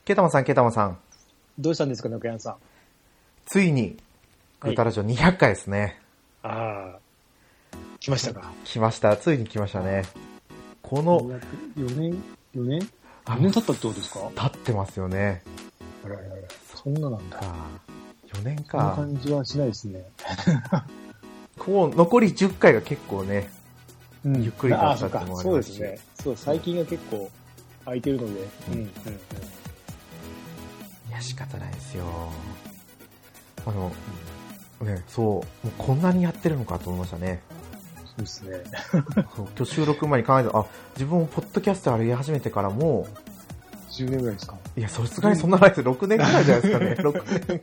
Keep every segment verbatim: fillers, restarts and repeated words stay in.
ケタマさん、ケタマさん。 どうしたんですか、中山さん。 ついに、グータラジオにひゃっかいですね。 はい、ああ、来ましたか。 来ました。ついに来ましたね。この、 よねん、よねん ?よ 年経ったってことですか？ 経ってますよね。 あららら、そんななんだ。よねんか。 そんな感じはしないですね。 こう、残りじゅっかいが結構ね、 うん、 ゆっくりだったってのもありますし。 そうですね。そう、最近が結構空いてるので。うん、うん、うん。いや、仕方ないですよ。あの、ね、そう、もうこんなにやってるのかと思いましたね。 そうですね。 今日収録前に考えて、あ、自分もポッドキャストあれやり始めてからもう、 じゅうねんぐらいですか？ いや、さすがにそんなないです。ろくねんぐらいじゃないですかね。ろくねん。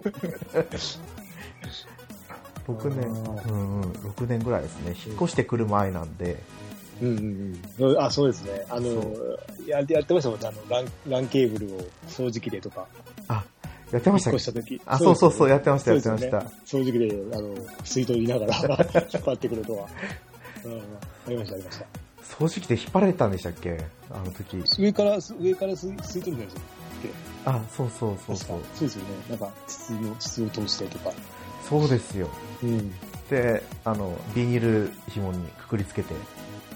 ろくねん、うんうん、ろくねんぐらいですね。引っ越してくる前なんで。 うんうんうん。あ、そうですね。あの、ややってましたもんね。あの、ラン、ランケーブルを掃除機でとか。 あ、やってましたっけ？ 引っ越した時。 あ、そうそうそう、やってました、やってました。 掃除機で、あの、水筒入れながら引っ張ってくるとは。うん、ありました、ありました。 掃除機で引っ張られたんでしたっけ？あの時。 上から、上から吸い吸い取るんじゃないですか。 あ、そうそうそうそう。 そうですよね。なんか、筒の、筒を通してとか。 そうですよ。 うん。 で、あの、ビニール紐にくくりつけて、 うん。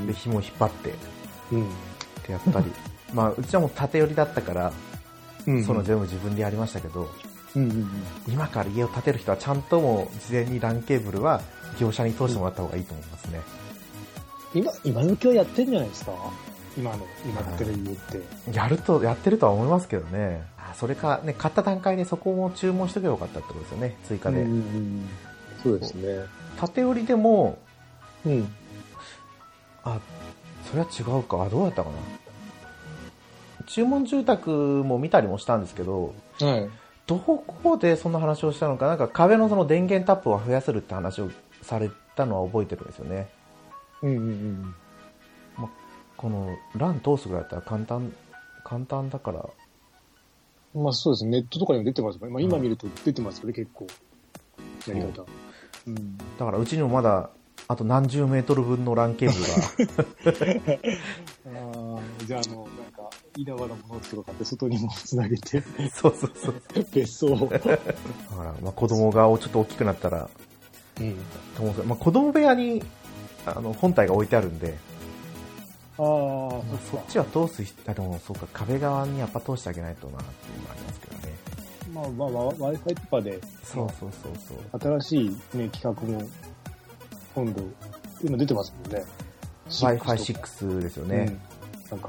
で、紐を引っ張って、 うん。 ってやったり。まあ、うちはもう縦寄りだったから、うん、その全部自分でやりましたけど、 うんうんうん、 今から家を建てる人はちゃんともう事前にランケーブルは業者に通してもらった方がいいと思いますね。 今、今時はやってるんじゃないですか？今の、今やってる家って。 やると、やってるとは思いますけどね。それか、ね、買った段階でそこも注文しとけばよかったってことですよね、追加で。うんうん、 そうですね。 縦寄りでも、 うん。 あ、それは違うか。どうやったかな。注文住宅も見たりもしたんですけど、 はい。どこでそんな話をしたのか、なんか壁のその電源タップを増やせるって話をされたのは覚えてるんですよね。 うんうんうん。 ま、このラン通すぐらいだったら簡単、簡単だから。 まあそうですね。ネットとかにも出てますもんね。まあ今見ると出てますよね、結構。やり方。 うん。だからうちにもまだ、あと何十メートル分のランケーブルが。 ああ、じゃああの、なんか、稲葉のものとか買って外にもつなげて。 そうそうそう。 別荘を。だから、まあ子供がちょっと大きくなったら、うん。と思うまあ子供部屋に、あの、本体が置いてあるんで、 あ、まあ、 そっちは通す人、でもそうか、壁側にやっぱ通してあげないとなっていうのがありますけどね。 まあまあ、Wi-Fi とかで、 そうそうそうそう。 新しいね、企画も、今度、今出てますもんね。 ワイファイシックス ですよね。 うん、なんか、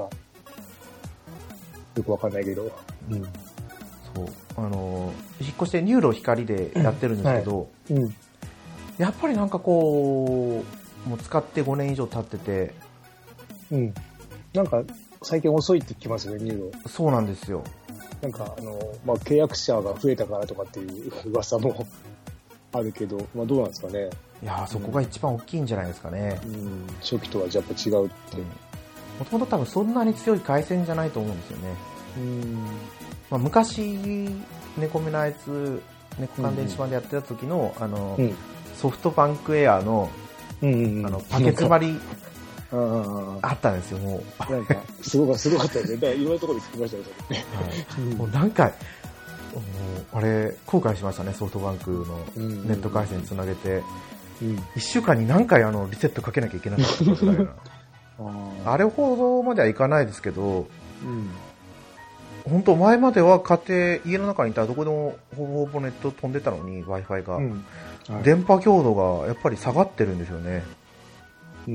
よくわかんないけど。 うん。そう。あの、引っ越してニューロ光でやってるんですけど、うんはいうん、やっぱりなんかこう、もう使ってごねん以上経ってて、 うん。なんか、最近遅いって聞きますよね、ニューロ。 そうなんですよ。 なんか、あの、まあ、契約者が増えたからとかっていう噂もあるけど、まあ、どうなんですかね。 いやー、そこが一番大きいんじゃないですかね。 うん。初期とはやっぱ違うって。 もともと多分そんなに強い回線じゃないと思うんですよね。うん。まあ、昔、猫目のあいつ、猫缶電子版でやってた時の、あの、うん、ソフトバンクエアの、うんうんうん、あの、パケ詰まり、あったんですよ、もう。 なんか、すごか、すごかったですね。だからいろんなところで聞きましたよ、 それ。はい。もう何回、あれ、後悔しましたね、ソフトバンクのネット回線につなげて。うん、いっしゅうかんに何回あの、リセットかけなきゃいけなかったぐらいな。あ, あれほどまではいかないですけど、うん、本当前までは家庭、家の中にいたらどこでもほぼほぼネット飛んでたのに、Wi-Fi が、うんはい。電波強度がやっぱり下がってるんですよね。うん、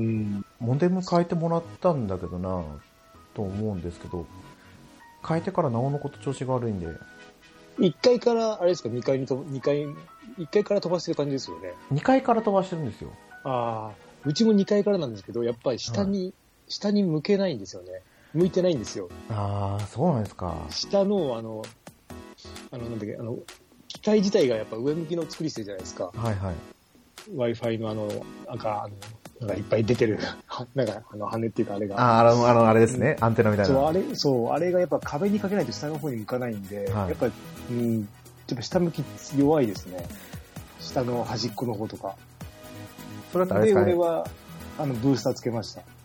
モデム変えてもらったんだけどなと思うんですけど、変えてからなおのこと調子が悪いんで。 いっかいからあれですか、にかいにとにかいいっかいから飛ばしてる感じですよね。 にかいから飛ばしてるんですよ。 ああ、うちもにかいからなんですけど、やっぱり下に、はい、下に向けないんですよね。向いてないんですよ。 ああ、そうなんですか。 下のあのあのなんだっけあの機械自体がやっぱ上向きの作りしてるじゃないですか。 はいはい。 Wi-Fi のあのなんかあのなんかいっぱい出てるなんかあの羽っていうかあれが。 ああ、あのあのあれですね、うん、アンテナみたいな。 そうあれそうあれがやっぱ壁にかけないと下の方に向かないんで、はい、やっぱうんちょっと下向き弱いですね。下の端っこの方とか。 それだったらあれですかね。 で俺はあのブースターつけました。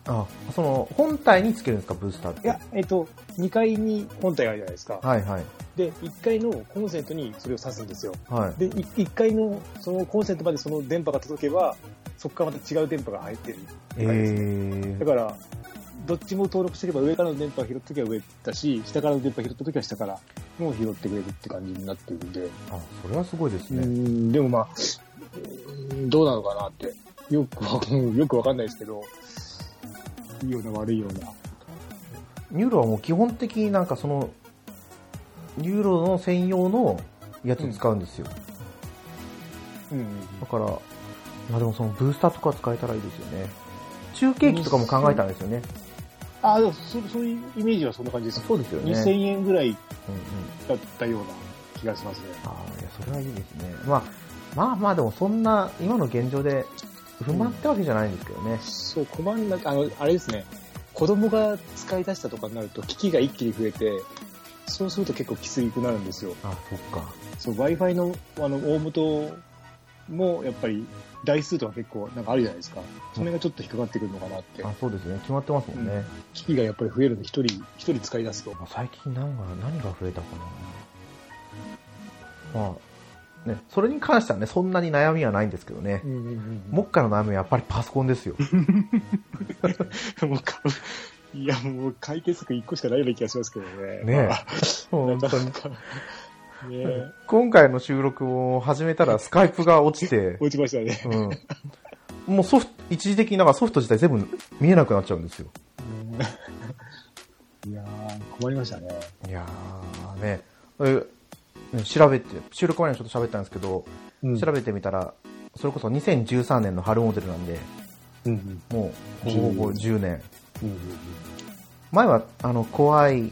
あ、その、本体につけるんですか、ブースターって。 いや、えっと、にかいに本体があるじゃないですか。 はいはい。 で、いっかいのコンセントにそれを挿すんですよ。 はい。 で、いっかいのそのコンセントまでその電波が届けば、そこからまた違う電波が入ってる、ね。えー。だから、どっちも登録してれば上からの電波を拾ったときは上だし、下からの電波を拾ったときは下からも拾ってくれるって感じになってるんで。 あ、それはすごいですね。 うん、でもまあ、どうなのかなって。よく、よくわかんないですけど、いいような悪いような。 ニューロはもう基本的になんかその、ニューロの専用のやつを使うんですよ。うん。うん、だから、まあでもそのブースターとか使えたらいいですよね。中継機とかも考えたんですよね。 ああ、でもそそういうイメージはそんな感じです。 そうですよね。 にせんえんぐらいだったような気がしますね。 うんうん、ああ、いや、それはいいですね。まあ、まあまあでもそんな、今の現状で不満ってわけじゃないんですけどね。うん、 そう、困んなく、あの、あれですね。子供が使い出したとかになると機器が一気に増えて、そうすると結構きつくなるんですよ。 あ、そっか。 そう、Wi-Fi の、あの、大元も、やっぱり、台数とか結構、なんかあるじゃないですか。それがちょっと引っかかってくるのかなって。 あ、そうですね。決まってますもんね。うん、 機器がやっぱり増えるんで、一人、一人使い出すと。 最近何が、何が増えたかな。まあ、ね、それに関してはね、そんなに悩みはないんですけどね。うんうんうん、目下の悩みはやっぱりパソコンですよ。 もうかいや、もう解決策一個しかないような気がしますけどね。 ねえ。 まあ、本当に。 ね、今回の収録を始めたらスカイプが落ちて。 落ちましたね。 うん。もうソフト、一時的になんかソフト自体全部見えなくなっちゃうんですよ。 いやー、困りましたね。 いやー、ね。え、調べて、収録前にちょっと喋ったんですけど、うん、調べてみたら、それこそにせんじゅうさんねんの春モデルなんで、うんうん、もう、ほぼほぼじゅうねん。うんうん、前は、あの、怖い、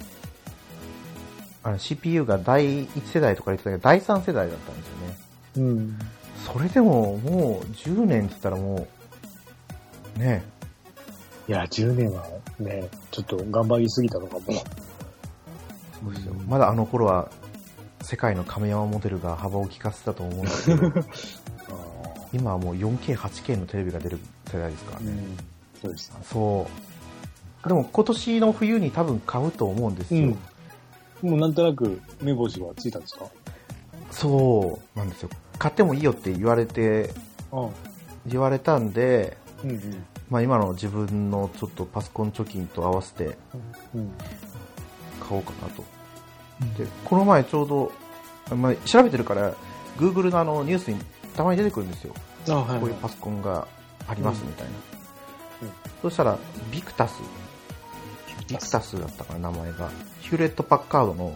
あの シーピーユー がだいいち世代とか言ってたけど、だいさん世代だったんですよね。うん。それでも、もうじゅうねんって言ったらもう、ねえ。いや、じゅうねんはね、ちょっと頑張りすぎたのかも。 そうですよ。まだあの頃は、世界の亀山モデルが幅を利かせたと思うんですけど、今はもう よんケー、はちケー のテレビが出る世代ですからね。うん、 そうですね。 そう。でも今年の冬に多分買うと思うんですよ。うんもうなんとなく目星はついたんですか？ そうなんですよ。買ってもいいよって言われて、うん、言われたんで、うんうん、まあ今の自分のちょっとパソコン貯金と合わせて買おうかなと。うん、でこの前ちょうど、まあ、調べてるから Google のあのニュースにたまに出てくるんですよ。あ、はいはい、こういうパソコンがありますみたいな。うんうん、そしたらビクタス。ビクタスだったかな、名前が。ヒューレット・パッカードの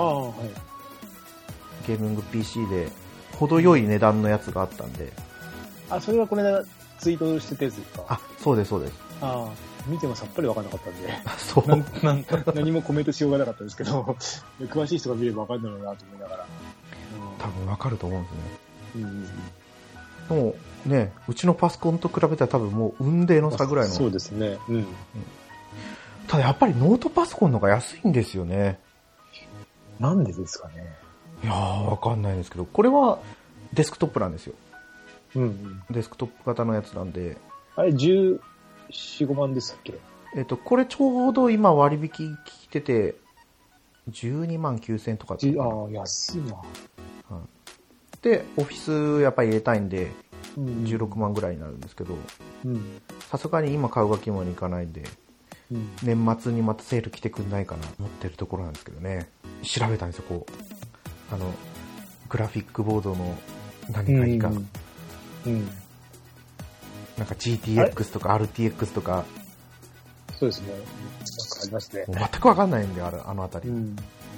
ゲーミング ピーシー で程よい値段のやつがあったんで。 あ、それはこれでツイートしてたやつですか？ あ、そうです、そうです。 ああ、見てもさっぱりわかんなかったんで。 そう。 なんなん何もコメントしようがなかったんですけど、詳しい人が見ればわかんないのなと思いながら。 うん、多分わかると思うんですね。うん、でもね、うちのパソコンと比べたら多分もう雲泥の差ぐらいの。 そうですね。うん。うんただやっぱりノートパソコンの方が安いんですよね。 なんでですかね。 いやー、わかんないですけど、これはデスクトップなんですよ。うんうん。デスクトップ型のやつなんで。 あれ、じゅうよん、ごまんでしたっけ？ えっと、これちょうど今割引来てて、じゅうにまんきゅうせんとかって。 ああ、安いな。 うん。で、オフィスやっぱり入れたいんで、じゅうろくまんぐらいになるんですけど、さすがに今買うわけにもいかないんで、うん、年末にまたセール来てくんないかな思ってるところなんですけどね。調べたんですよ、こう。あの、グラフィックボードの何がいいか。うんうん、なんか ジーティーエックス とか アールティーエックス とか。 そうですね。なんかありますね。 全くわかんないんだよ、あれ、あのあたり。うん、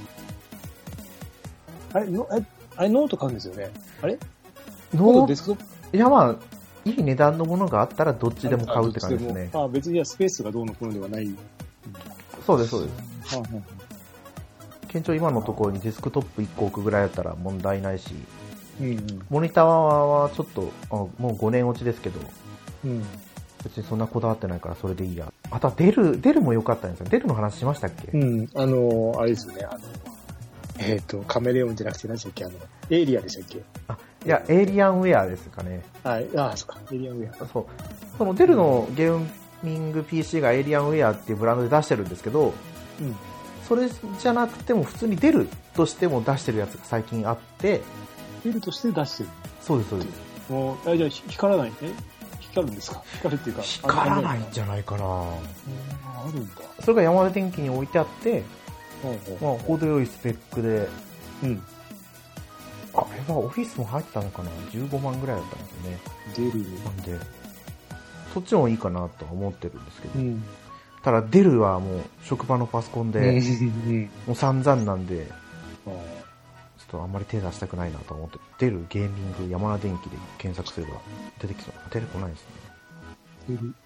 あれの、あれノート買うんですよね。あれノートデスクトップ？ いや、まあ、いい値段のものがあったらどっちでも買うって感じですね。 ああ、別にスペースがどうのこうのではない。うん、 そうです、そうです。はあはあ、現状今のところにデスクトップいっこ置くぐらいだったら問題ないし、うんうん、モニターはちょっと、あもうごねん落ちですけど、うん、別にそんなこだわってないからそれでいいや。あとはデル、デルも良かったんですよ。デルの話しましたっけ？ うん、あの、あれですね、あの、えっ、ー、と、カメレオンじゃなくて何でしたっけ？あの、エイリアでしたっけ？ あ、いや、エイリアンウェアですかね。 はい、ああ、そっか、エイリアンウェア。 そう。そのデルのゲームミング ピーシー がエイリアンウェアっていうブランドで出してるんですけど、うん、それじゃなくても普通にデルとしても出してるやつが最近あって。 デルとして出してる？そうですそうです。 もう、あ、じゃあ光らないね。光るんですか？光るっていうか。 光らないんじゃないかな。あるんだ。 それが山田電機に置いてあって、まあ、程よいスペックで、うん。あれはオフィスも入ってたのかな？じゅうごまんぐらいだったんですよね。 デルなんで、そっちもいいかなとは思ってるんですけど。うん、ただ、デルはもう職場のパソコンで、もう散々なんで、ちょっとあんまり手出したくないなと思って、デルゲーミング山田電機で検索すれば出てきそう。出てこないですね。 デル、違う、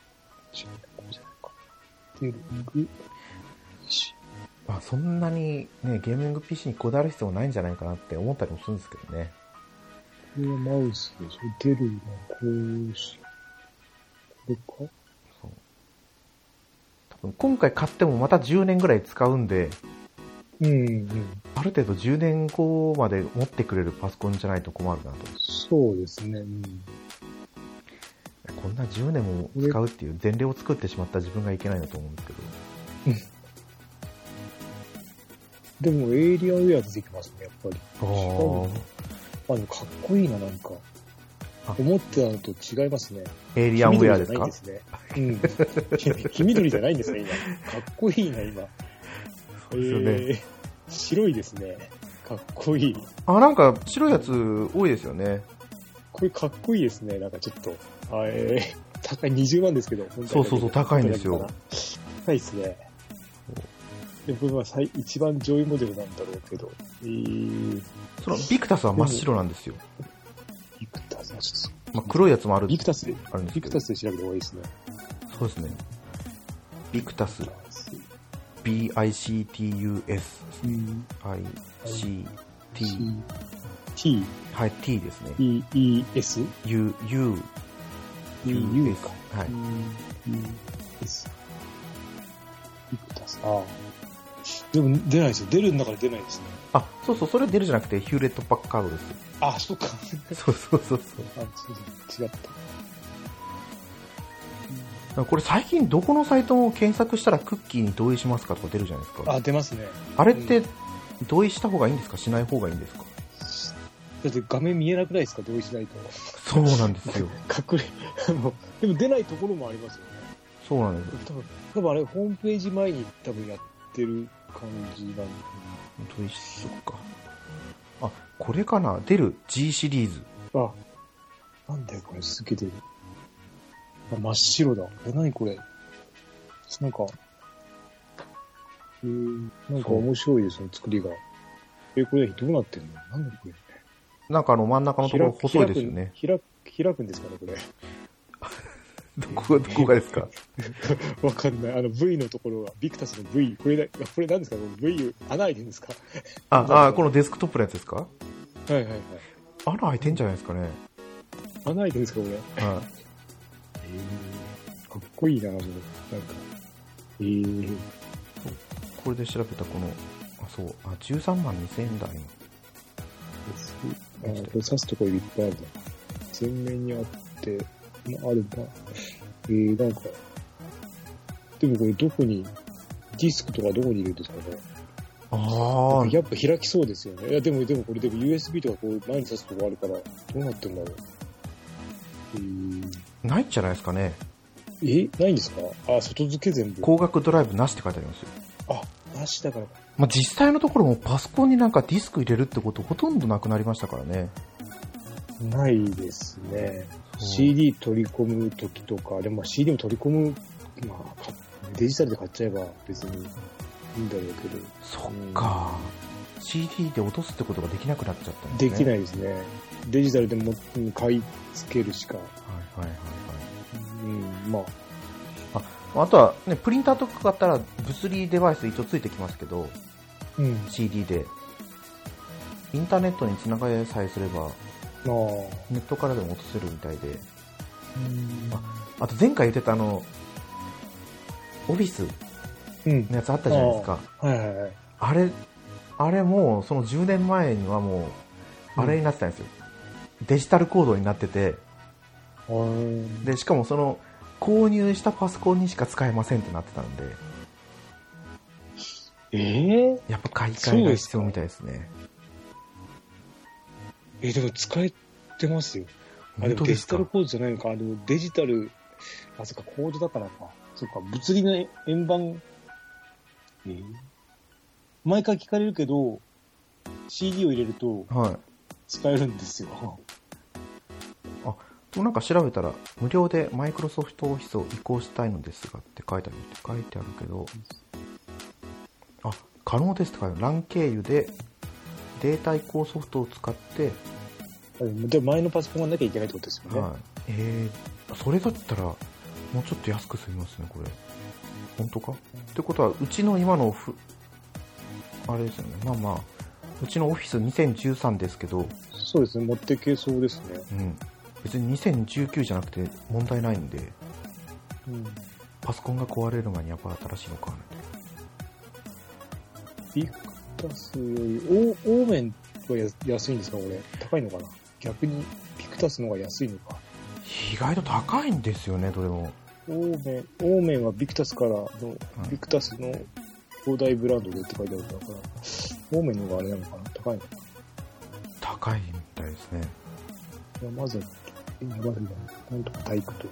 デルグ、 まあ、そんなにね、ゲーミング ピーシー にこだわる必要もないんじゃないかなって思ったりもするんですけどね。 これはマウスでしょ？デルのこうし、これか？そう。 多分今回買ってもまたじゅうねんぐらい使うんで、 うんうん、 ある程度じゅうねんごまで持ってくれるパソコンじゃないと困るなと。 そうですね。うん、 こんなじゅうねんも使うっていう前例を作ってしまった自分がいけないなと思うんですけど。 でもエイリアンウェア出てきますね、やっぱり。ああ。あ、でもかっこいいな、なんか。思ってたのと違いますね。 エイリアンウェアですか？ 黄緑じゃないんですね。うん。黄緑じゃないんですね、今。かっこいいな、今。 そうですよね。えー、 白いですね。かっこいい。 あ、なんか白いやつ多いですよね。 これかっこいいですね、なんかちょっと。あえー、高いにじゅうまんですけど。 そうそうそう、高いんですよ。 高いですね。でこれは最一番上位モデルなんだろうけど、えー、 そのビクタスは真っ白なんですよ。 ビクタスはちょっと、 まあ、黒いやつもある。 ビクタスであるんですけど。 ビクタスで調べた方がいいですね。 そうですね。ビクタス、ビーアイシーティーユーエス、アイシーティー、 T、 はい T ですね。 E E S、 U U U U か。 はい。 U S、ビクタス、ああ。でも出ないですよ。出る中で出ないですね。 あ、そうそう、それ出るじゃなくてヒューレットパッカードですよ。 あ、そっか。 そうそうそうそう。 あ、そう違った。 これ最近どこのサイトも検索したらクッキーに同意しますかとか出るじゃないですか。 あ、出ますね。 あれって同意した方がいいんですか、しない方がいいんですか？ だって画面見えなくないですか、同意しないと。 そうなんですよ。 隠れ、あの、でも出ないところもありますよね。 そうなんですよ。 多分、多分あれホームページ前に多分やってる感じなんで。 同意しようか。あ、これかな、出る G シリーズ。 あ、なんだよこれ、すげえ出る。あ、真っ白だ。え、なにこれ。なんか、えー、なんか面白いですね、作りが。え、これどうなってんの？なんだこれ。 なんかあの真ん中のところ細いですよね。 開く、開くんですかね、これ。 どこが、どこがですか？ わかんない。あの V のところが、ビクタスの V、これだ、これ何ですか？ V、穴開いてるんですか？ あ、あ、このデスクトップのやつですか？ はいはいはい。 穴開いてんじゃないですかね。 穴開いてるんですか、これ。はい。えー、かっこいいな、それ。なんか。えー。 これで調べたこの、あ、そう、あ、じゅうさんまんにせんえん台の。 あ、これ刺すところいっぱいあるな。前面にあって、あるな。えー、なんか、でもこれどこに、ディスクとかどこに入れるんですかね。 ああ。 やっぱ開きそうですよね。いや、でも、でもこれでも ユーエスビー とかこう前に刺すとこあるから、どうなってんだろう。えー、 ないんじゃないですかね。 え、ないんですか？あ、外付け全部。 光学ドライブなしって書いてありますよ。 あ、なしだから。 まあ、実際のところもパソコンになんかディスク入れるってことほとんどなくなりましたからね。 ないですね。シーディー 取り込むときとか、でも シーディー も取り込む、まあ、デジタルで買っちゃえば別にいいんだろうけど。 そっか、うん、シーディー で落とすってことができなくなっちゃったんですね。 できないですね。デジタルでも買い付けるしか。はいはいはいはい。 うん、まあ。 あとは、ね、プリンターとか買ったら物理デバイス一応ついてきますけど、 うん、 シーディー でインターネットにつながりさえすればネットからでも落とせるみたいで、 うん、 あ, あと前回言ってたあのオフィスのやつあったじゃないですか、 うん、あ, はいはいはい、 あれあれもうそのじゅうねんまえにはもうあれになってたんですよ、うん、デジタルコードになってて、 うん、 でしかもその購入したパソコンにしか使えませんってなってたんで、 えー、 やっぱ買い替えが必要みたいですね。 えー、でも使えてますよ。あ、でもデジタルコードじゃないのか。あ、でもデジタル、あ、そっか、コードだからか。そっか、物理の円盤、えー、毎回聞かれるけど、シーディー を入れると、使えるんですよ。はい、 あ、でもなんか調べたら、無料でマイクロソフトオフィスを移行したいのですがって書いてあるって書いてあるけど、あ、可能ですって書いてある。ラン 経由でデータ移行ソフトを使って、 で前のパソコンがなきゃいけないってことですよね。はい。 えー、それだったらもうちょっと安く済みますね、これ。本当か？ってことは、うちの今のふあれですよね。まあまあ、うちのオフィスにせんじゅうさんですけど。 そうですね、持ってけそうですね。 うん。別ににせんじゅうきゅうじゃなくて問題ないんで、うん、パソコンが壊れる前にやっぱ新しいのかなって。 ビクタスより、オーメンは安いんですか、これ。高いのかな。逆にビクタスの方が安いのか。 意外と高いんですよね、どれも。 オーメン、オーメンはビクタスからの、うん、ビクタスの兄弟ブランドでって書いてあるから、オーメンの方があれなのかな、高いのかな。 高いみたいですね。 いやまず、やばいんだね。なんとか体育と。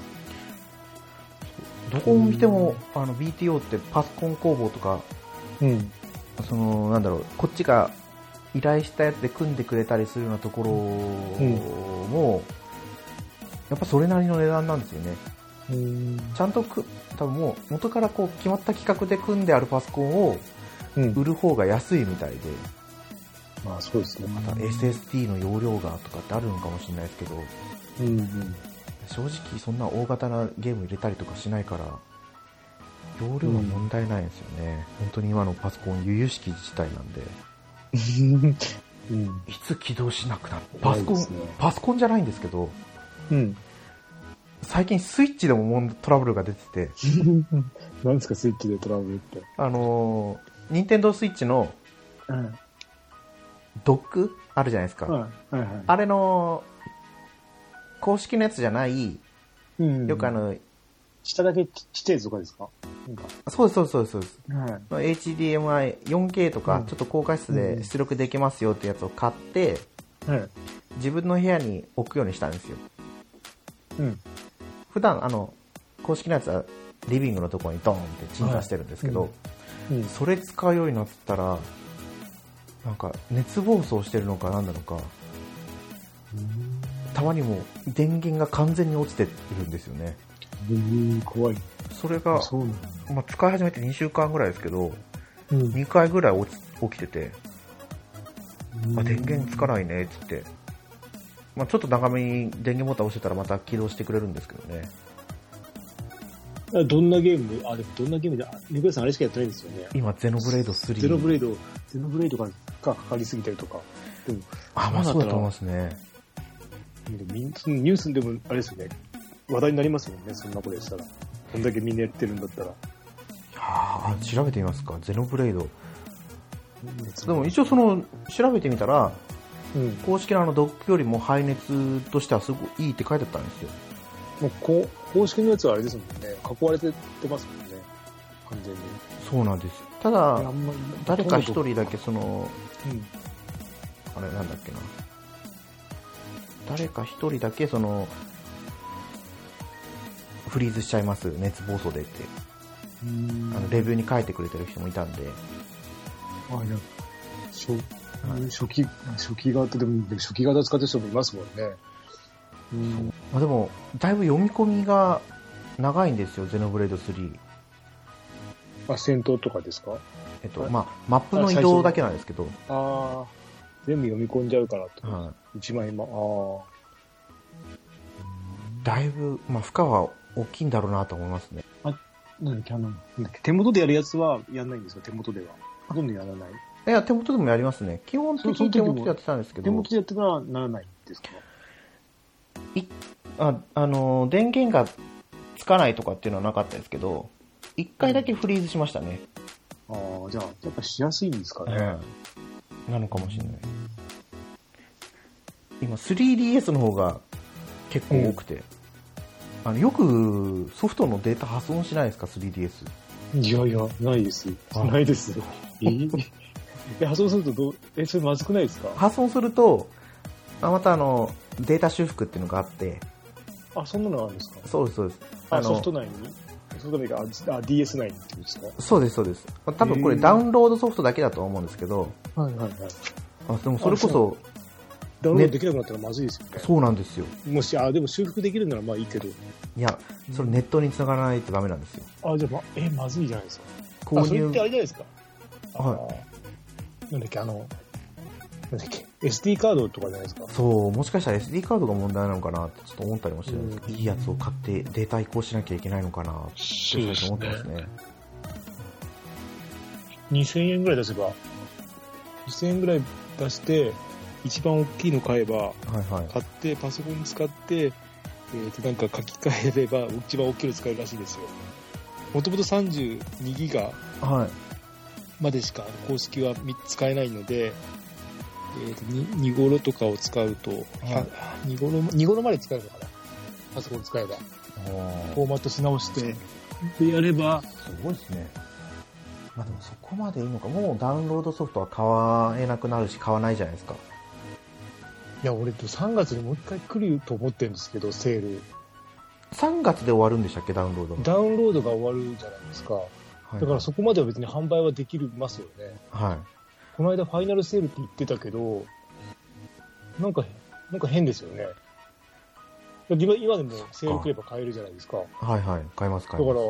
どこを見ても、あの ビーティーオー ってパソコン工房とか、うん、そのなんだろう、こっちが依頼したやつで組んでくれたりするようなところも、うん、やっぱそれなりの値段なんですよね。うん、ちゃんとく多分もう元からこう決まった規格で組んであるパソコンを売る方が安いみたいで、 うん、まあそうですね。 また エスエスディー の容量がとかってあるのかもしれないですけど、うんうん、正直そんな大型なゲーム入れたりとかしないから容量は問題ないんですよね。うん、本当に今のパソコン由々しき事態なんで。うん、いつ起動しなくなるパソコン、ね、パソコンじゃないんですけど、うん、最近スイッチでもトラブルが出てて何ですかスイッチでトラブルって。 あのー、ニンテンドースイッチのドックあるじゃないですか、はいはいはい、あれの公式のやつじゃない、うんうん、よくあの下だけ指定とかですか？なんかそうですそうですそうです、はい、エイチディーエムアイよんケー とか、うん、ちょっと高画質で出力できますよってやつを買って、うん、自分の部屋に置くようにしたんですよ、うん、普段あの公式のやつはリビングのところにドーンって鎮座してるんですけど、はいうんうん、それ使うようになったらなんか熱暴走してるのか何なのか、たまにもう電源が完全に落ちているんですよね。 うん、怖い。 それがそうなんだ、まあ、使い始めてにしゅうかんぐらいですけど、うん、にかいぐらい起きてて、まあ、電源つかないねって言って、まあ、ちょっと長めに電源ボタン押してたらまた起動してくれるんですけどね。 どんなゲームで、あ、でもどんなゲームで、ニコヤさんあれしかやってないんですよね。 今、ゼノブレイドスリー。 ゼノブレイド、ゼノブレイドがかかりすぎたりとか。 でもあ、まあそうだと思いますね。 ニュースでも、あれですよね。話題になりますもんね、そんなことでしたら。こんだけみんなやってるんだったら。 はあ、調べてみますか、ゼノブレイド。でも一応その、調べてみたら、うん、公式のあのドックよりも排熱としてはすごいいいって書いてあったんですよ。 もうこう公式のやつはあれですもんね、囲われてますもんね、完全に。 そうなんです。ただ、誰か一人だけその、うん、あれなんだっけな、誰か一人だけその、フリーズしちゃいます、熱暴走でって。うーんあのレビューに書いてくれてる人もいたんで。 あ、いや、初、はい、初期、初期型でも、初期型使ってる人もいますもんね。 うんまあ、でもだいぶ読み込みが長いんですよ、ゼノブレイドスリー。 あ、戦闘とかですか？ えっとまあマップの移動だけなんですけど、 ああ全部読み込んじゃうからって、はい、一枚今ああだいぶまあ負荷は大きいんだろうなと思いますね。 あ、なんだっけあのなんだっけ手元でやるやつはやんないんですよ、手元では。ほとんどやらない。 いや手元でもやりますね。基本的に手元でやってたんですけど。 手元でやってたらならないんですか？ いああの電源がつかないとかっていうのはなかったですけど、いっかいだけフリーズしましたね。 うん、ああ、じゃあやっぱしやすいんですかね。 うん、なのかもしれない。今 スリーディーエス の方が結構多くて、うん、 あのよくソフトのデータ破損しないですか スリーディーエス。 いやいや、ないです。ないです。ええ、破損するとどう、え、それまずくないですか？ 破損すると、またあの、データ修復っていうのがあって。 あ、そんなのあるんですか？ そうです、そうです。 あ、ソフト内にソフト内が、あ、ディーエス 内にってことですか？ そうです、そうです。多分これダウンロードソフトだけだと思うんですけど。 はいはいはい。 あ、でもそれこそ、 ダウンロードできなくなったらまずいですよね。 そうなんですよ。 もし、あ、でも修復できるならまあいいけど。 いや、それネットに繋がらないとダメなんですよ。 あ、じゃあ、ま、え、まずいじゃないですか。購入。あ、それってあれじゃないですか。はい。なんだっけ、あの、なんだっけ、エスディー カードとかじゃないですか。 そう、もしかしたら エスディー カードが問題なのかなってちょっと思ったりもしてるんですけど、いいやつを買ってデータ移行しなきゃいけないのかなって最初思ってますね。 にせんえんぐらい出せば、にせんえんぐらい出して、一番大きいの買えば、はいはい、買ってパソコン使って、えー、となんか書き換えれば一番大きいの使えるらしいですよ。もともとさんじゅうにギガまでしか公式は使えないので、えー、と 2, に頃とかを使うと、はい、に頃、に頃まで使えるのかな、パソコン使えば。フォーマットし直してでやれば。 すごいですね。まあでもそこまでいいのか。もうダウンロードソフトは買えなくなるし買わないじゃないですか。 いや、俺とさんがつにもう一回来ると思ってるんですけど、セール。 さんがつで終わるんでしたっけ、ダウンロード。 ダウンロードが終わるじゃないですか。はい、だからそこまでは別に販売はできますよね。はい。この間ファイナルセールって言ってたけど、なんか、なんか変ですよね。今、今でもセール来れば買えるじゃないですか。 はいはい。買います買います。 だから、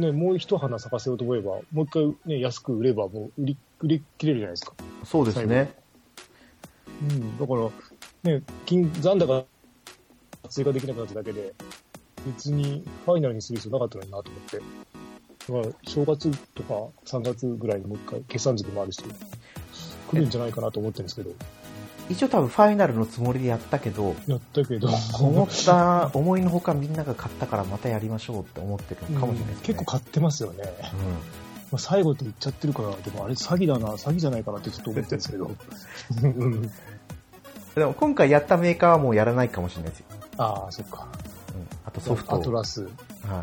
ね、もう一花咲かせようと思えば、もう一回ね、安く売ればもう売り、売り切れるじゃないですか。 そうですね。 うん、だから、ね、金残高追加できなくなっただけで、別にファイナルにする必要なかったのになと思って。だから、正月とかさんがつぐらいにもう一回、決算時期もあるし、来るんじゃないかなと思ってるんですけど。 一応多分ファイナルのつもりでやったけど、 やったけど、 思った、思いのほかみんなが買ったからまたやりましょうって思ってるのかもしれないですね。 うん、結構買ってますよね。うんまあ、最後って言っちゃってるから、でもあれ詐欺だな、詐欺じゃないかなってちょっと思ってるんですけど。 でも今回やったメーカーはもうやらないかもしれないですよ。 ああ、そっか。 うん、あとソフト。 アトラスと、はい、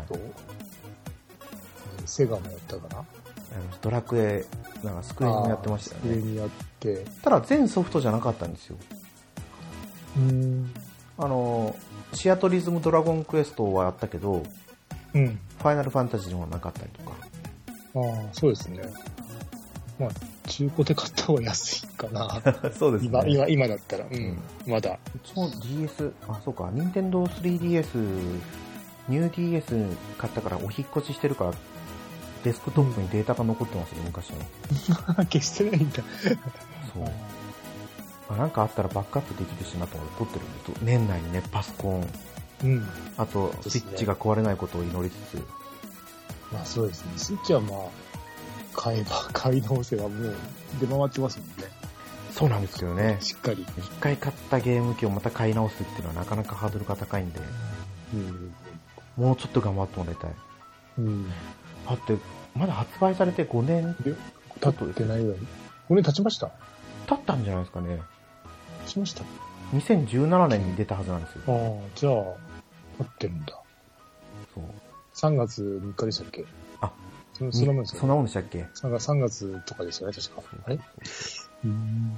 セガもやったかな。 ドラクエ、なんかスクエニもやってましたよね。 スクエニやって。 ただ全ソフトじゃなかったんですよ。 うーん。 あの、シアトリズムドラゴンクエストはやったけど、うん。ファイナルファンタジーのはなかったりとか。 ああ、そうですね。まあ、中古で買った方が安いかな。 そうですね。 今、今、今だったら、うん、うん、まだ。 うちも ディーエス、あ、そうか、ニンテンドースリーディーエス、ニュー ディーエス 買ったからお引っ越ししてるから、デスクトップにデータが残ってますよ、昔の。 消してないんだ。 そう。あ、なんかあったらバックアップできるしなと思って撮ってるんで、年内にね、パソコン、うん、あと、スイッチが壊れないことを祈りつつ、 まあそうですね。スイッチはまあ、買えば、買い直せばもう出回ってますもんね。 そうなんですけどね。 しっかり。 一回買ったゲーム機をまた買い直すっていうのはなかなかハードルが高いんで、うん、もうちょっと頑張ってもらいたい。うん。だって、まだ発売されてごねん経ってないぐらい。ごねん経ちました？ 経ったんじゃないですかね。 しました。 にせんじゅうななねんに出たはずなんですよ。 ああ、じゃあ、経ってるんだ。そう。さんがつみっかでしたっけ？あ、そ, そんなもんですよ、ね。 そんなもんでしたっけ？ さんがつとかですよね、確か。あれ？ うん。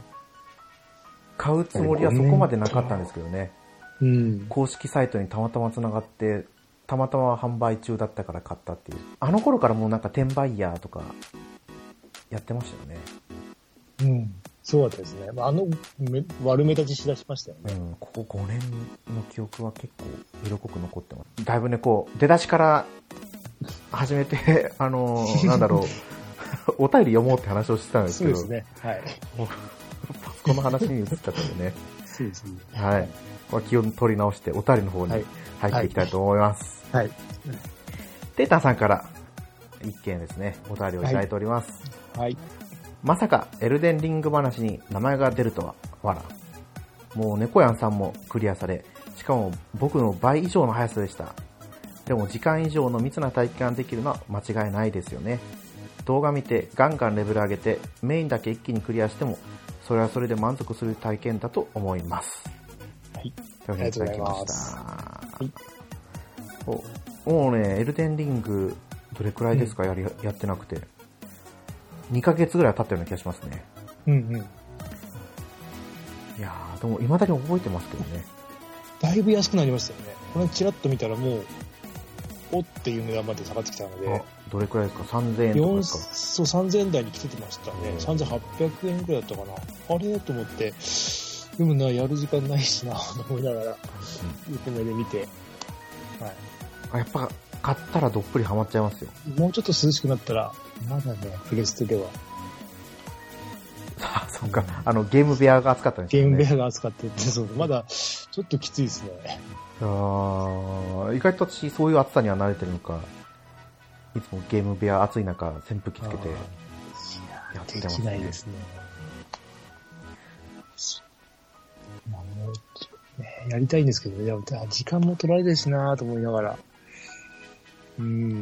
買うつもりはそこまでなかったんですけどね。うん。公式サイトにたまたま繋がって、たまたま販売中だったから買ったっていう。あの頃からもうなんか転売ヤーとかやってましたよね。 うん。そうだったですね。あのめ悪目立ちしだしましたよね。 うん。ここごねんの記憶は結構色濃く残ってます。だいぶね、こう、出だしから始めて、あのー、なんだろう、お便り読もうって話をしてたんですけど。 そうですね。はい。 パソコンの話に移っちゃったんでね。 そうですね。 はい。これ気を取り直してお便りの方に入っていきたいと思います。はい。はい、テーターさんから一件ですね、お便りをいただいております。はい。はい、まさかエルデンリング話に名前が出るとは、わら。もう猫やんさんもクリアされ、しかも僕の倍以上の速さでした。でも時間以上の密な体験ができるのは間違いないですよね。動画見てガンガンレベル上げてメインだけ一気にクリアしても、それはそれで満足する体験だと思います。はい。というふうにいただきました。はい。 もうね、エルデンリング、どれくらいですか、うん、やり、やってなくて。にかげつぐらい経ったような気がしますね。 うんうん。いやー、でも未だに覚えてますけどね。 だいぶ安くなりましたよね。これチラッと見たらもう、おっていう値段まで下がってきたので。 どれくらいですか ?さんぜんえんとかですか？ そう、さんぜんえん台に来ててましたね。さんぜんはっぴゃくえんくらいだったかな。あれと思って、でもな、やる時間ないしな、と思いながら、横目で見て。はい。 あ、やっぱ、買ったらどっぷりハマっちゃいますよ。 もうちょっと涼しくなったら、まだね、プレステでは。 あ、そっか。あの、ゲーム部屋が暑かったんですね。ゲーム部屋が暑かったって、そう、まだ、ちょっときついですね。 あ意外と私、そういう暑さには慣れてるのか、いつもゲーム部屋暑い中、扇風機つけて、やってますね。 できないですね。まあ、もう、ね、やりたいんですけどね、時間も取られてるしなぁと思いながら。うん。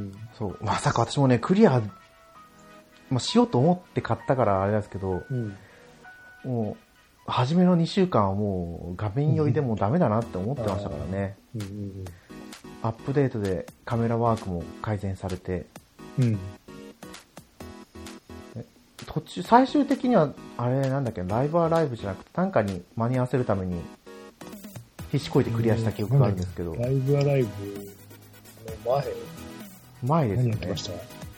そう。まさか私もね、クリア、まあ、しようと思って買ったからあれなんですけど、うん、もう、初めのにしゅうかんはもう画面酔いでもうダメだなって思ってましたからね。うんうんうん、アップデートでカメラワークも改善されて、うん、途中、最終的には、あれなんだっけ、ライブアライブじゃなくて単価に間に合わせるために必死こいてクリアした記憶があるんですけど。 ライブアライブの前前ですよね。 何やってました？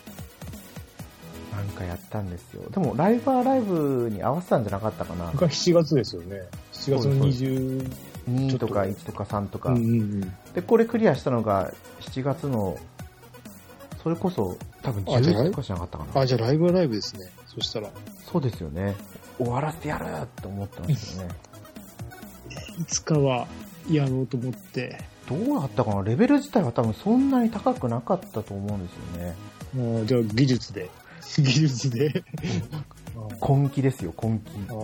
なんかやったんですよ。でも、ライブアライブに合わせたんじゃなかったかな。 がしちがつですよね。しちがつのにじゅうにとかいちとかさんとか。うんうんうん、で、これクリアしたのがしちがつの、それこそ多分じゅういちとかじゃなかったかな。 あ、じゃあライブアライブですね。そしたら。 そうですよね。終わらせてやるって思ってましたよね。 いつかはやろうと思って。 どうだったかな。レベル自体は多分そんなに高くなかったと思うんですよね。 あ、じゃあ技術で。技術で根気ですよ、根気。あ、うん、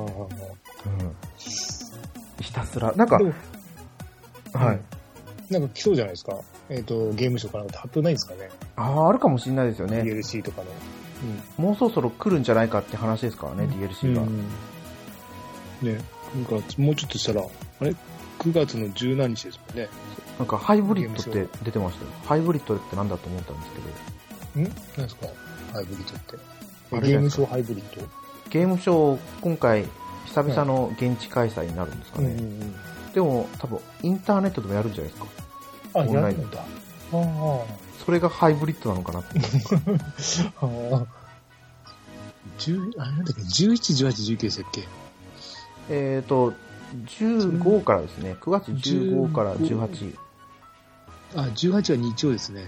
ひたすらなんか、はい、 なんか来そうじゃないですか。えっ、ー、とゲームショーかなんか発表ないんですかね。 ああ、あるかもしれないですよね。 ディーエルシー とかの、 うん、もうそろそろ来るんじゃないかって話ですからね、うん、ディーエルシー が。うん、 ね、なんかもうちょっとしたらあれくがつの十何日ですもんね。 なんかハイブリッドって出てましたよ。ハイブリッドってなんだと思ったんですけど。ん？なんですか？ハイブリッドって。ゲームショーハイブリッド？ ゲームショー、今回、久々の現地開催になるんですかね。はい、うんうん、でも、多分、インターネットでもやるんじゃないですか。 あ、やるんだ。ああ。 それがハイブリッドなのかなって。 ああ。じゅう、あれなんだっけ、じゅういち、じゅうはち、じゅうきゅうでしたっけ？ えっと、じゅうごからですね。くがつじゅうごからじゅうはち。 あ、じゅうはちは日曜ですね。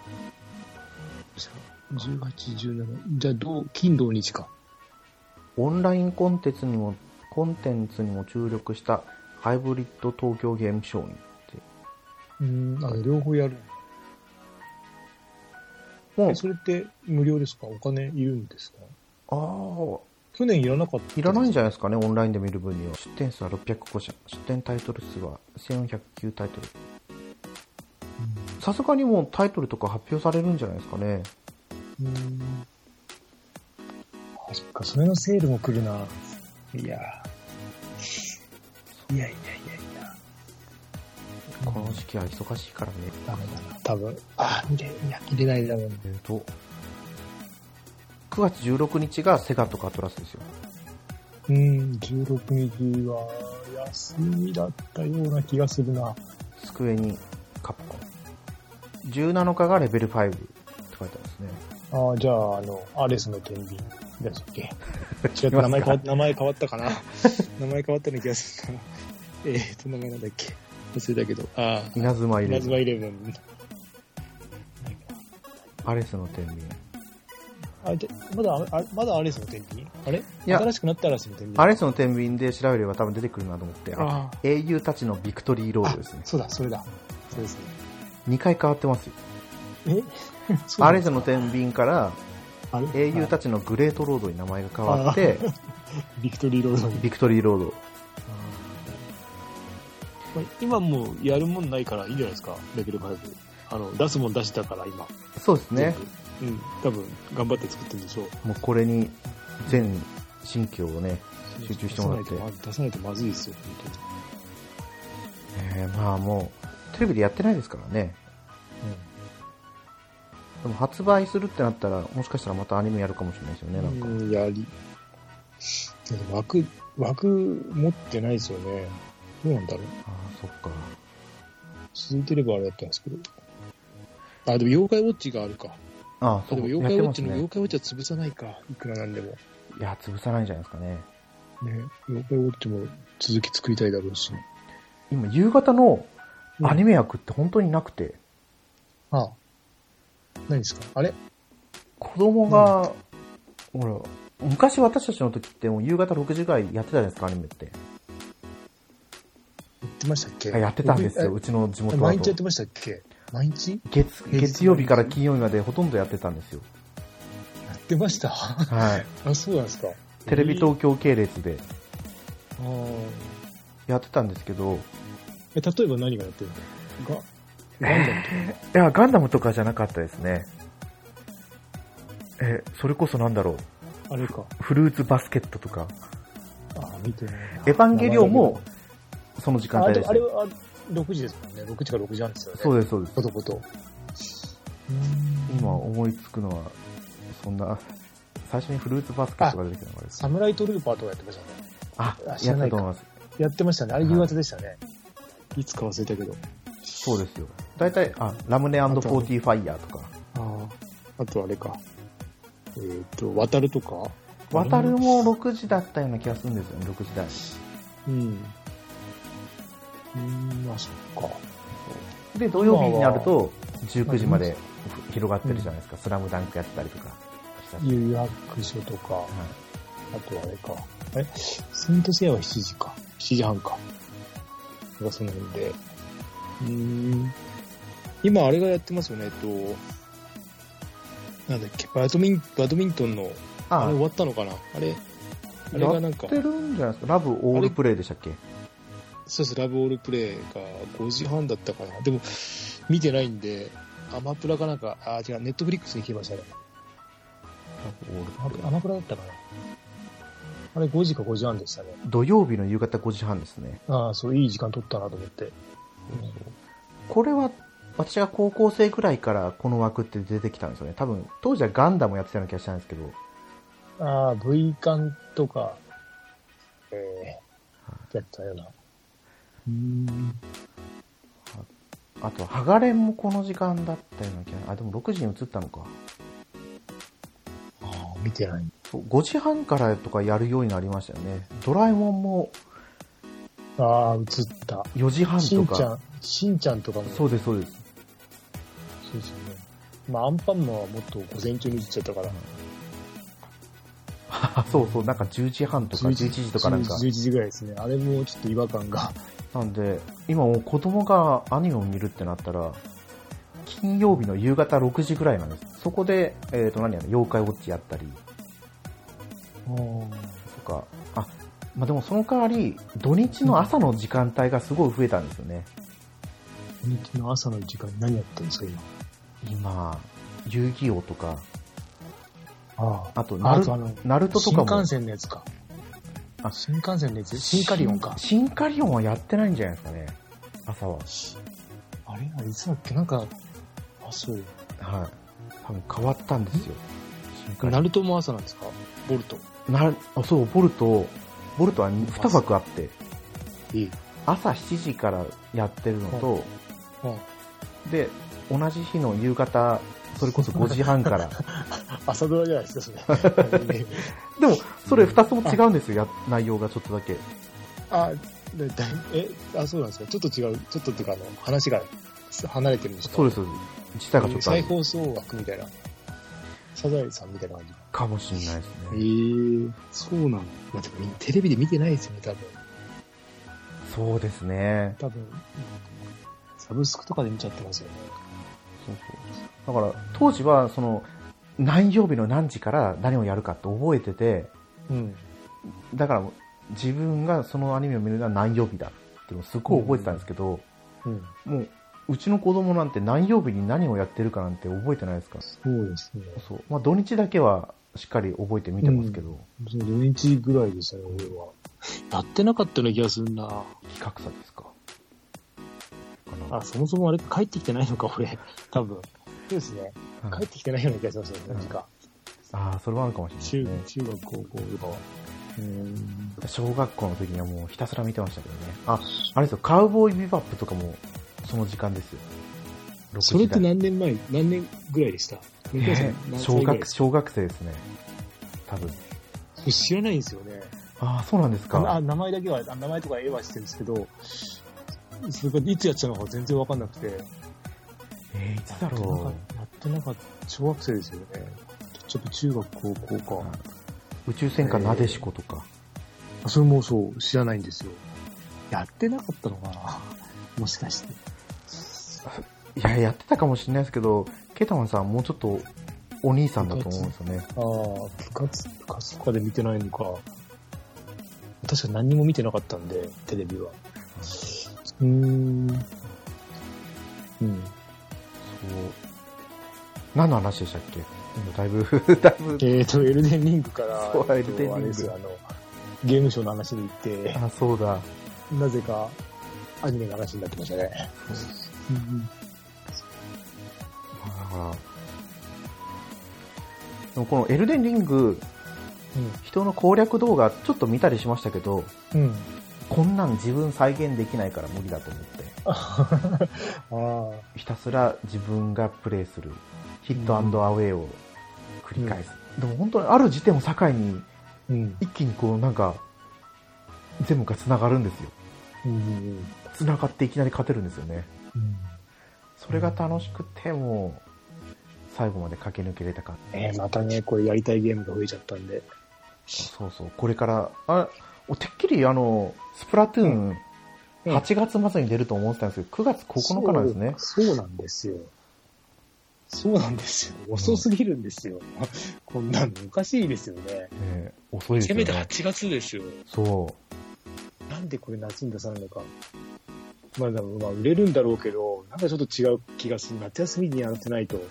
じゅうはち、じゅうなな。じゃあ、どう、金土日か。 オンラインコンテンツにも、コンテンツにも注力したハイブリッド東京ゲームショーにって。 うーん、あ、両方やる。もう、それって無料ですか？お金いるんですか？ ああ。 去年いらなかった。 いらないんじゃないですかね、オンラインで見る分には。出展数はろっぴゃくごしゃ、出展タイトル数はせんよんひゃくきゅうタイトル。さすがにもうタイトルとか発表されるんじゃないですかね。 うーん、あ、そっか、それのセールも来るな。いやいやいやいやいや。 この時期は忙しいからね。 ダメだな、多分。あ、見れ、いや、見れないだろうね。 えっと、くがつじゅうろくにちがセガとかアトラスですよ。 うーん、じゅうろくにちは休みだったような気がするな。 スクエニカプコン。じゅうなのかがレベルごって書いてますね。 ああ、じゃあ、あの、アレスの天秤でしたっけ？違った、名前変わった、名前変わったかな名前変わったような気がするな。えーと、名前なんだっけ？忘れたけど。ああ。 稲妻イレブン。 稲妻イレブン。 アレスの天秤。 あ、で、まだ、あ、まだアレスの天秤？あれ？いや、新しくなったアレスの天秤。 アレスの天秤で調べれば多分出てくるなと思って、あ、英雄たちのビクトリーロードですね。 そうだ、それだ。そうですね。 にかい変わってますよ。 えアレスの天秤から英雄たちのグレートロードに名前が変わってビクトリーロードにビクトリーロード。 今もうやるもんないからいいんじゃないですか、レベルご。あの出すもん出したから今。 そうですね。 うん、多分頑張って作ってるんでしょう。 もうこれに全神経をね集中してもらって。 出さないとまずいですよ本当に。 えー、まあもうテレビでやってないですからね。 でも発売するってなったら、もしかしたらまたアニメやるかもしれないですよね、なんか。 うん、やり。枠、枠持ってないですよね。どうなんだろう。 ああ、そっか。 続いてればあれだったんですけど。あ、でも妖怪ウォッチがあるか。 ああ、そう。 でも妖怪ウォッチの、 ね、 妖怪ウォッチは潰さないか。いくらなんでも。 いや、潰さないんじゃないですかね。 ね、妖怪ウォッチも続き作りたいだろうし。 今、夕方のアニメ役って本当になくて。 うん、ああ。何ですかあれ子供が、うん、ほら、昔私たちの時ってもう夕方ろくじぐらいやってたじゃないですか、アニメって。 やってましたっけ？ やってたんですよ、うちの地元だと。 毎日やってましたっけ？毎日？ 月、月曜日から金曜日までほとんどやってたんですよ。 やってましたはい。 あ、そうなんですか。 テレビ東京系列で。 ああ。 やってたんですけど。 え、例えば何がやってるの？がガンダムとか、 えー、いや、ガンダムとかじゃなかったですね。え、それこそなんだろう。 あれか。 フルーツバスケットとか。 あ、見てない。 エヴァンゲリオンも、その時間帯です、ね。 あれはろくじですもんね。ろくじかろくじはんですよね。 そうです、そうです。 ことこと。 今思いつくのは、そんな、最初にフルーツバスケットが出てきたのがです、ね。 サムライトルーパーとかやってましたね。 あ、やってたと思います。 やってましたね。あれ夕方でしたね。はい、いつか忘れたけど。 そうですよ。大体、あ、ラムネフォーティーファイヤーとか。 ああ。あとあれか。えっ、ー、と、渡るとか渡るもろくじだったような気がするんですよね、ろくじ台。 うん。うん、まあそっか。 で、土曜日になると、じゅうくじまで広がってるじゃないですか。うん、スラムダンクやってたりとか。 有約書とか、はい、あとあれか。あれセントセイヤはしちじか。しちじはんか。なんかその辺で。うーん。今あれがやってますよね、えっと、なんだっけ、バドミン、バドミントンの、あ, あれ終わったのかなあれ、あれがなんか。 やってるんじゃないですか。ラブオールプレイでしたっけ？ そうです、ラブオールプレイがごじはんだったかな。でも、見てないんで、アマプラかなんか、あ、違う、ネットフリックスに来ましたね。アマプラだったかな。あれごじかごじはんでしたね。 土曜日の夕方ごじはんですね。 ああ、そう、いい時間取ったなと思って。うん、 これは、私が高校生くらいからこの枠って出てきたんですよね。多分、当時はガンダムやってたような気がしたんですけど。 ああ、V 艦とか、えー、やったような。うーん。 あと、ハガレンもこの時間だったような気が、あ、でもろくじに移ったのか。 ああ、見てない。 そう、ごじはんからとかやるようになりましたよね。ドラえもんも、 ああ、映った。 よじはんとか。 しんちゃん、しんちゃんとかも。 そうです、そうです。 そうですよね。まあ、アンパンマンはもっと午前中に映っちゃったから。 そうそう、なんかじゅうじはんとかじゅういちじとかなんか。 じゅういちじぐらいですね。あれもちょっと違和感が。 なんで、今もう子供がアニメを見るってなったら、金曜日の夕方ろくじぐらいなんです。そこで、えっ、ー、と、何やろ、妖怪ウォッチやったり。とか、あ、まあ、でもその代わり、土日の朝の時間帯がすごい増えたんですよね。 土日の朝の時間に何やってるんですか、今。 今、遊戯王とか、 ああ、 あとナル、ナルトとかも。 新幹線のやつか。あ、新幹線のやつシンカリオンか。 シンカリオンはやってないんじゃないですかね。朝は。 あれいつだっけなんか、あ、そう。 はい。多分変わったんですよ。 ナルトも朝なんですか？ボルト。 な、あ、そう、ボルト、ボルトはに枠あって。 いい。 朝しちじからやってるのと、 うんうん、 で、同じ日の夕方、それこそごじはんから。 朝ドラじゃないですか、それ。 でも、それ二つも違うんですよ、や内容がちょっとだけ。 あ、でだえ、あ、そうなんですか。ちょっと違う、ちょっとっていうか、あの、話が離れてるんですか？ そうです、そうです。自体がちょっと。 再放送枠みたいな。サザエさんみたいな感じ。 かもしれないですね。 えー、そうなんだ。まあ、でもテレビで見てないですよね、多分。 そうですね。 多分、サブスクとかで見ちゃってますよね。 そうそう。だから、当時は、その、何曜日の何時から何をやるかって覚えてて、 うん。 だから、自分がそのアニメを見るのは何曜日だっていうのをすごい覚えてたんですけど、 うん。 もう、うちの子供なんて何曜日に何をやってるかなんて覚えてないですか？ そうですね。 そう。まあ土日だけはしっかり覚えて見てますけど。 うん、そう土日ぐらいでしたね、俺は。やってなかったような気がするな。 比較差ですか。かな。 あ、そもそもあれ帰ってきてないのか、俺。多分。そうですね。うん、帰ってきてないような気がしますよね、何か。 ああ、それはあるかもしれない、ね。 中、中学、高校とかは。 うん。小学校の時にはもうひたすら見てましたけどね。あ、あれですよ、カウボーイビバップとかもその時間ですよ。 それって何年前、何年ぐらいでした？ えー、小学、小学生ですね。多分。 知らないんですよね。 ああ、そうなんですか。 あ、名前だけは、名前とか絵は知ってるんですけど、それがいつやってたのか全然わかんなくて。 えー、いつだろう。やってなかった、小学生ですよね。ちょっと中学、高校か。 宇宙戦艦なでしことか、 えー。それもそう、知らないんですよ。やってなかったのかなもしかして。 いや、やってたかもしれないですけど、ケタマンさんもうちょっとお兄さんだと思うんですよね。 ああ、部活、部活とかで見てないのか。確か何にも見てなかったんで、テレビは。うーん。うん。そう。 何の話でしたっけ？だいぶ、だいぶ。 えっと、エルデンリングから、 そう、エルデンリング。 あれですよ、あの、ゲームショーの話に行って、 あ、そうだ。 なぜか、アニメの話になってましたね。うん。 だから、でもこのエルデンリング、うん、人の攻略動画ちょっと見たりしましたけど、うん、こんなん自分再現できないから無理だと思ってあひたすら自分がプレイするヒットアンドアウェイを繰り返す、うん、でも本当にある時点を境に、うん、一気にこうなんか全部が繋がるんですよ、うん、繋がっていきなり勝てるんですよね、うん、それが楽しくてもう最後まで駆け抜けれたか、 えー、またねこれやりたいゲームが増えちゃったんで、 そうそう、これからあてっきりあのスプラトゥーン、うん、はちがつ末に出ると思ってたんですけどくがつここのかなんですね。 そう、そうなんですよ。そうなんですよ。遅すぎるんですよ。うん、こんなのおかしいですよね。 ね遅いですよね。 せめてはちがつですよ。 そう。 なんでこれ夏に出さないのか。まあ、まあ、売れるんだろうけど、なんかちょっと違う気がする。夏休みにやってないと。うん。うん、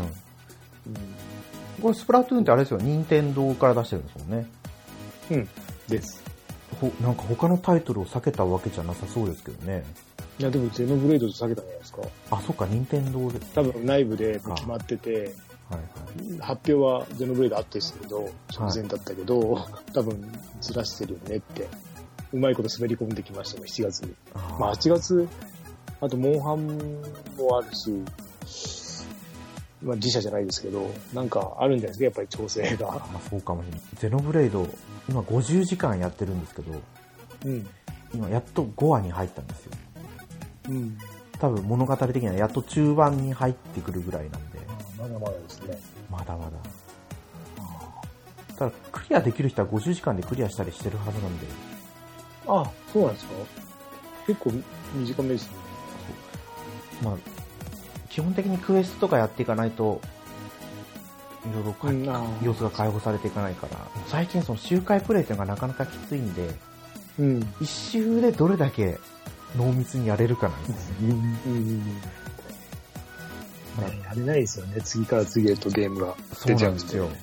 これスプラトゥーンってあれですよ。任天堂から出してるんですもんね。 うん。です。 ほなんか他のタイトルを避けたわけじゃなさそうですけどね。 いやでもゼノブレードと避けたんじゃないですか。 あ、そっか、任天堂で。 多分内部で決まってて、はいはい、発表はゼノブレードあったんですけど、直前だったけど、はい、多分ずらしてるよねって、うまいこと滑り込んできましたね、しちがつに。あまあはちがつ、あとモンハンもあるし、まあ自社じゃないですけど、なんかあるんじゃないですか、やっぱり調整が。 まあそうかもしれない。ゼノブレード、今ごじゅうじかんやってるんですけど、うん、今やっとごわに入ったんですよ。うん、多分物語的にはやっと中盤に入ってくるぐらいなんで。 まだまだですね。 まだまだ。ただクリアできる人はごじゅうじかんでクリアしたりしてるはずなんで。 ああ、そうなんですか。結構短めですね。 まあ基本的にクエストとかやっていかないといろいろか、うん、様子が解放されていかないから、最近その周回プレイっていうのがなかなかきついんで、うん、一周でどれだけ濃密にやれるかなんですね。うんうんまあ、やれないですよね。次から次へとゲームが出ちゃうんですよ。ど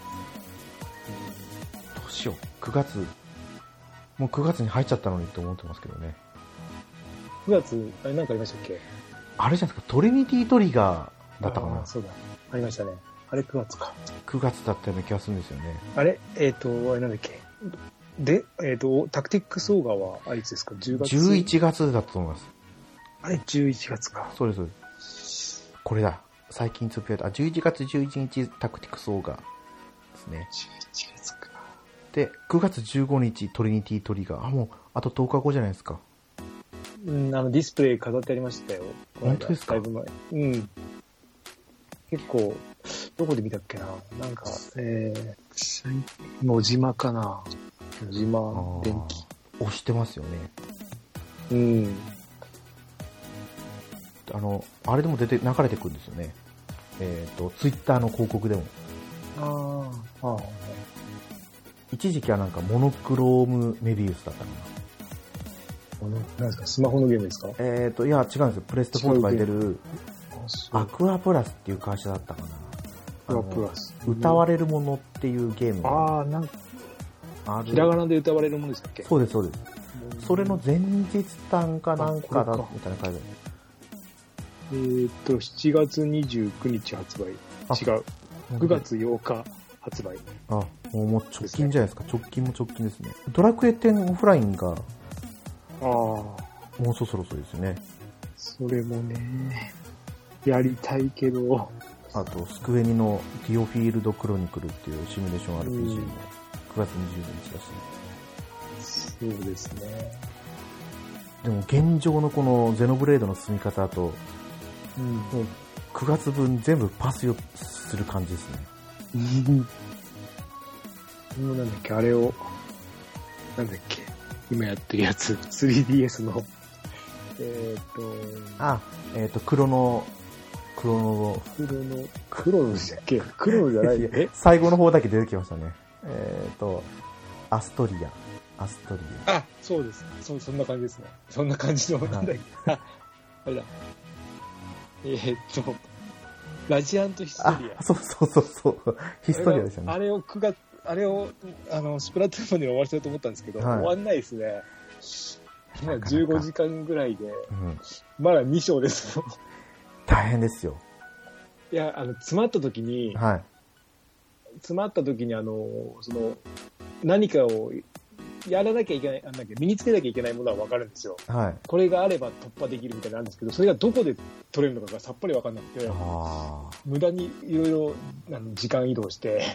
うしよう。くがつ、もうくがつに入っちゃったのにと思ってますけどね。 くがつ、あれなんかありましたっけ？ あれじゃないですか、トリニティトリガーだったかな。 あ、そうだ。ありましたね。あれくがつか。 くがつだったような気がするんですよね。 あれえっ、ー、と、あれなんだっけで、えっ、ー、と、タクティックスオーガはあいつですか ?じゅうがつ ?じゅういちがつだったと思います。 あれじゅういちがつか。 そうです。これだ。最近つぶやいた。あ、じゅういちがつじゅういちにちタクティクスオーガですね。 じゅういちがつか。 で、くがつじゅうごにちトリニティトリガー。あ、もう、あととおかごじゃないですか。 うん、あの、ディスプレイ飾ってありましたよ。 本当ですか？だいぶ前。うん。結構、どこで見たっけななんか、えー、野島かな野島電機。 押してますよね。 うん。 あの、あれでも出て、流れてくるんですよね。えっ、ー、と、ツイッターの広告でも。ああ、ああ。一時期はなんかモノクロームメビウスだったかな。 何ですかスマホのゲームですか？ えっ、ー、と、いや、違うんですよ。プレステフォーとかに出る、アクアプラスっていう会社だったかな。 アクアプラス。 歌われるものっていうゲーム。 ああ、なんか、ひらがなで歌われるものでしたっけ？ そうです、そうです。それの前日短かなんかだ、みたいな感じで。 えーっと、しちがつにじゅうくにち発売。違う。くがつようか発売。 あ、もう直近じゃないですか。直近も直近ですね。ドラクエテンオフラインが、 ああ。もうそろそろですよね。 それもね、やりたいけど。 あと、スクエニのディオフィールドクロニクルっていうシミュレーション アールピージー もくがつにじゅうごにちだし。 そうですね。 でも現状のこのゼノブレードの進み方と、うん、もうくがつぶん全部パスよする感じですね。 うん。もうなんだっけ、あれを、なんだっけ、今やってるやつ、スリーディーエス の、えっ、ー、と、 あ、えっ、ー、と、黒の、黒の、 黒の、黒のでしたっけ黒のじゃないよ。 え最後の方だけ出てきましたね。えっ、ー、と、アストリア。アストリア。あ、そうです。そ、そんな感じですね。そんな感じの、なんだっけ。あ、あれだ。えー、っと、ラジアントヒストリア。 あ、そうそうそうそう。ヒストリアでしたね。 あれをくがつ、あれを、あの、スプラトゥーンまでに終わらせようと思ったんですけど、はい、終わんないですね。今じゅうごじかんぐらいで、うん、まだに章ですもん。 大変ですよ。 いや、あの、詰まった時に、 はい。 詰まった時に、あの、その、何かをやらなきゃいけない、なんだっけ、身につけなきゃいけないものは分かるんですよ。はい。これがあれば突破できるみたいなんですけど、それがどこで取れるのかがさっぱり分かんなくて、あ無駄にいろいろ時間移動して、はいはい、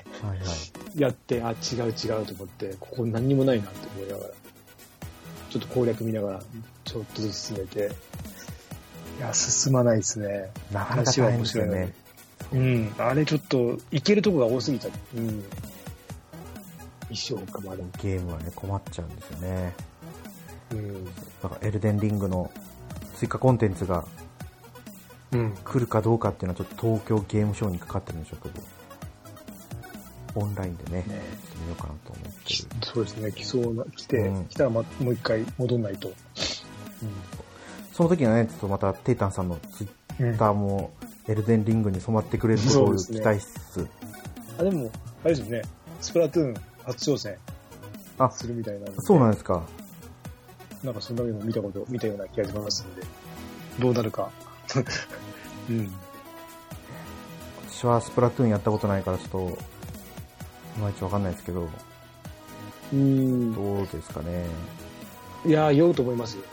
やって、あ、違う違うと思って、ここ何にもないなって思いながら、ちょっと攻略見ながら、ちょっとずつ進めて、いや、進まないですね。 なかなか大変ですよね。 うん。あれちょっと、いけるとこが多すぎちゃって。うん。一生かまだ。 ゲームはね、困っちゃうんですよね。うん。だから、エルデンリングの追加コンテンツが、うん。来るかどうかっていうのはちょっと東京ゲームショウにかかってるんでしょうけど、オンラインでね、ねしてみようかなと思ってる。 そうですね、来そうな、来て、うん、来たら、ま、もう一回戻んないと。うん。 その時にはね、ちょっとまたテイタンさんのツイッターもエルデンリングに染まってくれることを期待しつつ、ね、 あ、でもあれですよね、スプラトゥーン初挑戦するみたいなので、 そうなんですか。 なんかそんなのも見たこと見たような気がしますので、どうなるか。うん。 私はスプラトゥーンやったことないからちょっといまいちわかんないですけど、うーん、どうですかね。 いやー、酔うと思いますよ。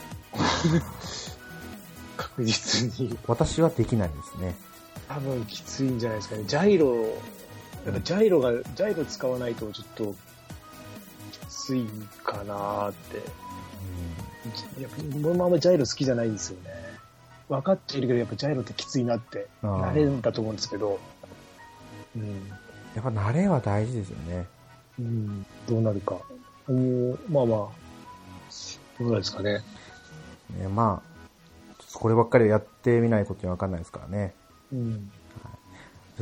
確実に。 私はできないですね。 多分きついんじゃないですかね。ジャイロ、やっぱジャイロが、ジャイロ使わないとちょっときついかなーって。うん、やっぱ僕もあんまジャイロ好きじゃないんですよね。分かっているけどやっぱジャイロってきついなって慣れるんだと思うんですけど。 うん、やっぱ慣れは大事ですよね。 うん、どうなるか。うん、まあまあ、どうですかね。 ね、まあ、こればっかりやってみないことには分かんないですからね。うん。はい、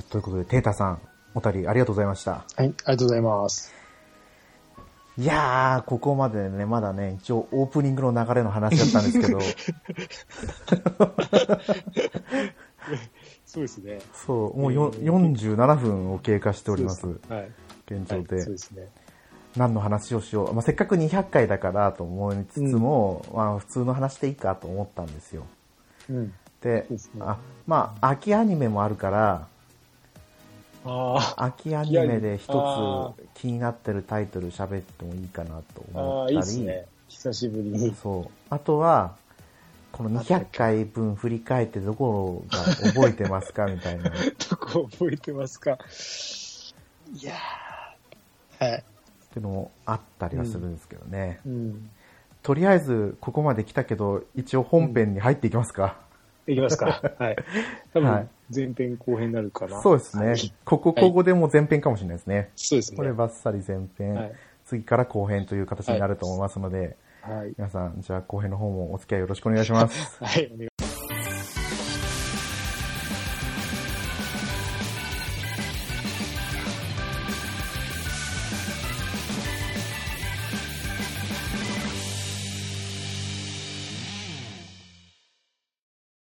ということで、テータさん、おたりありがとうございました。 はい、ありがとうございます。 いやー、ここまでね、まだね、一応オープニングの流れの話だったんですけど。 そうですね。 そう、もうよよんじゅうななふんを経過しております。はい。現状で。 はい、そうですね。 何の話をしよう、まあ、せっかくにひゃっかいだからと思いつつも、うん、まあ、普通の話でいいかと思ったんですよ。うん、で、でね、あまあ秋アニメもあるからあ秋アニメで一つ気になってるタイトル喋ってもいいかなと思ったり、あいいですね、 久しぶりに。 そう。あとはこのにひゃっかいぶん振り返ってどこが覚えてますかみたいな。 どこ覚えてますか。いやー、はい。 っていうのもあったりはするんですけどね、うんうん、とりあえずここまで来たけど一応本編に入っていきますか、 うん、いきますか。はい。多分前編後編になるかな、はい、 そうですね、はい、ここここでも前編かもしれないですね、はい、 そうですね。 これバッサリ前編、はい、次から後編という形になると思いますので、はい、皆さんじゃあ後編の方もお付き合いよろしくお願いします。 はい、お願いします。